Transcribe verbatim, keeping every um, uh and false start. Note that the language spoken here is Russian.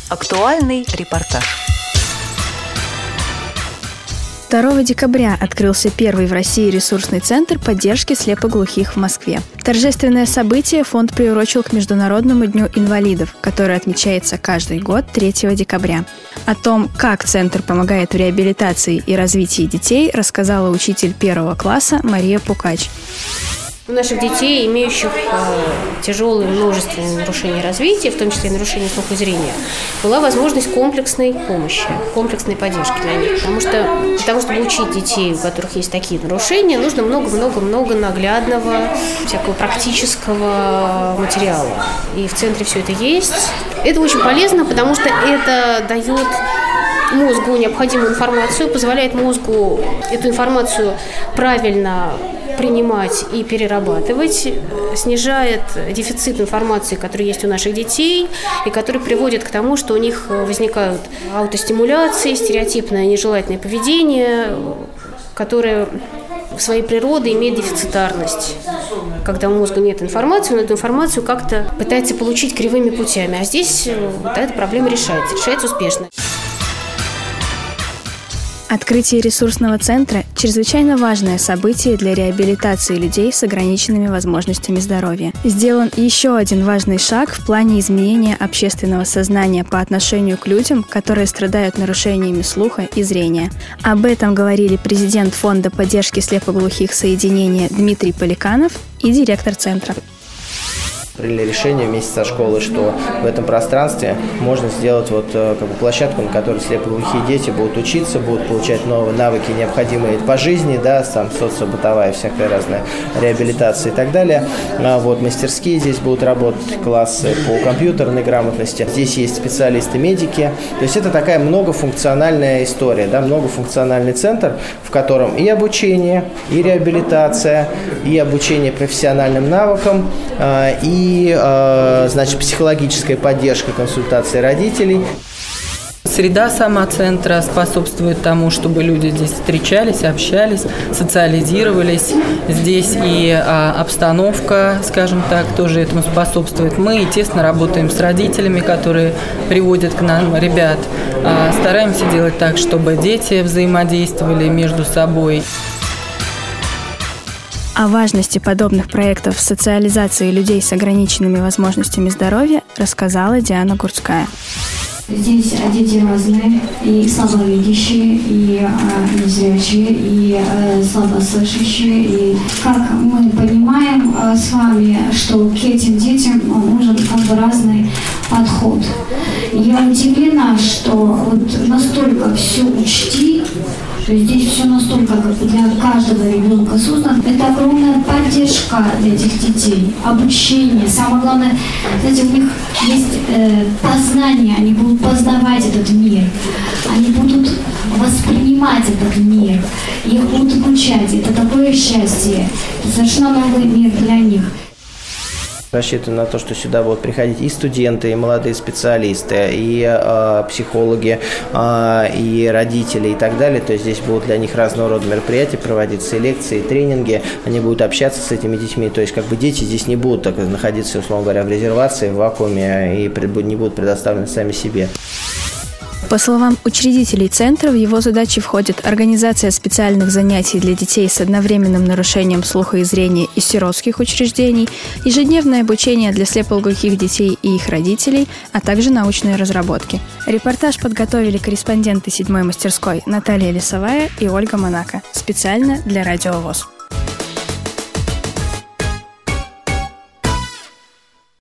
Актуальный репортаж. второго декабря открылся первый в России ресурсный центр поддержки слепоглухих в Москве. Торжественное событие фонд приурочил к Международному дню инвалидов, который отмечается каждый год третьего декабря. О том, как центр помогает в реабилитации и развитии детей, рассказала учитель первого класса Мария Пукач. У наших детей, имеющих э, тяжелые множественные нарушения развития, в том числе нарушения слуха и зрения, была возможность комплексной помощи, комплексной поддержки для них. Потому что для того, чтобы учить детей, у которых есть такие нарушения, нужно много-много-много наглядного, всякого практического материала. И в центре все это есть. Это очень полезно, потому что это дает мозгу необходимую информацию, позволяет мозгу эту информацию правильно принимать и перерабатывать, снижает дефицит информации, который есть у наших детей, и который приводит к тому, что у них возникают аутостимуляции, стереотипное нежелательное поведение, которое в своей природе имеет дефицитарность. Когда у мозга нет информации, он эту информацию как-то пытается получить кривыми путями. А здесь вот эта проблема решается, решается успешно. Открытие ресурсного центра – чрезвычайно важное событие для реабилитации людей с ограниченными возможностями здоровья. Сделан еще один важный шаг в плане изменения общественного сознания по отношению к людям, которые страдают нарушениями слуха и зрения. Об этом говорили президент Фонда поддержки слепоглухих соединения Дмитрий Поликанов и директор центра. Приняли решение вместе со школой, что в этом пространстве можно сделать вот как бы площадку, на которой слепоглухие дети будут учиться, будут получать новые навыки, необходимые по жизни, да, там социобытовая всякая разная реабилитация и так далее. А вот мастерские здесь будут работать, классы по компьютерной грамотности. Здесь есть специалисты-медики. То есть это такая многофункциональная история, да, многофункциональный центр, в котором и обучение, и реабилитация, и обучение профессиональным навыкам, и И, значит, психологическая поддержка, консультации родителей. Среда сама центра способствует тому, чтобы люди здесь встречались, общались, социализировались. Здесь и а, обстановка, скажем так, тоже этому способствует. Мы тесно работаем с родителями, которые приводят к нам ребят. А, стараемся делать так, чтобы дети взаимодействовали между собой. О важности подобных проектов в социализации людей с ограниченными возможностями здоровья рассказала Диана Гурцкая. Здесь дети разные, и слабовидящие, и э, незрячие, и э, слабослышащие. И как мы понимаем э, с вами, что к этим детям нужен как бы разный подход. Я удивлена, что вот настолько все учти, что здесь все настолько как бы для каждого ребенка создано. Это огромная поддержка для этих детей, обучение. Самое главное, знаете, у них есть э, познание, они будут познавать этот мир, они будут воспринимать этот мир, их будут обучать. Это такое счастье, это совершенно новый мир для них. Рассчитываем на то, что сюда будут приходить и студенты, и молодые специалисты, и э, психологи, э, и родители, и так далее. То есть здесь будут для них разного рода мероприятия проводиться, и лекции, и тренинги. Они будут общаться с этими детьми. То есть как бы дети здесь не будут так, находиться, условно говоря, в резервации, в вакууме, и не будут предоставлены сами себе. По словам учредителей центра, в его задачи входит организация специальных занятий для детей с одновременным нарушением слуха и зрения из сиротских учреждений, ежедневное обучение для слепоглухих детей и их родителей, а также научные разработки. Репортаж подготовили корреспонденты седьмой мастерской Наталья Лисовая и Ольга Монако специально для Радио ВОС.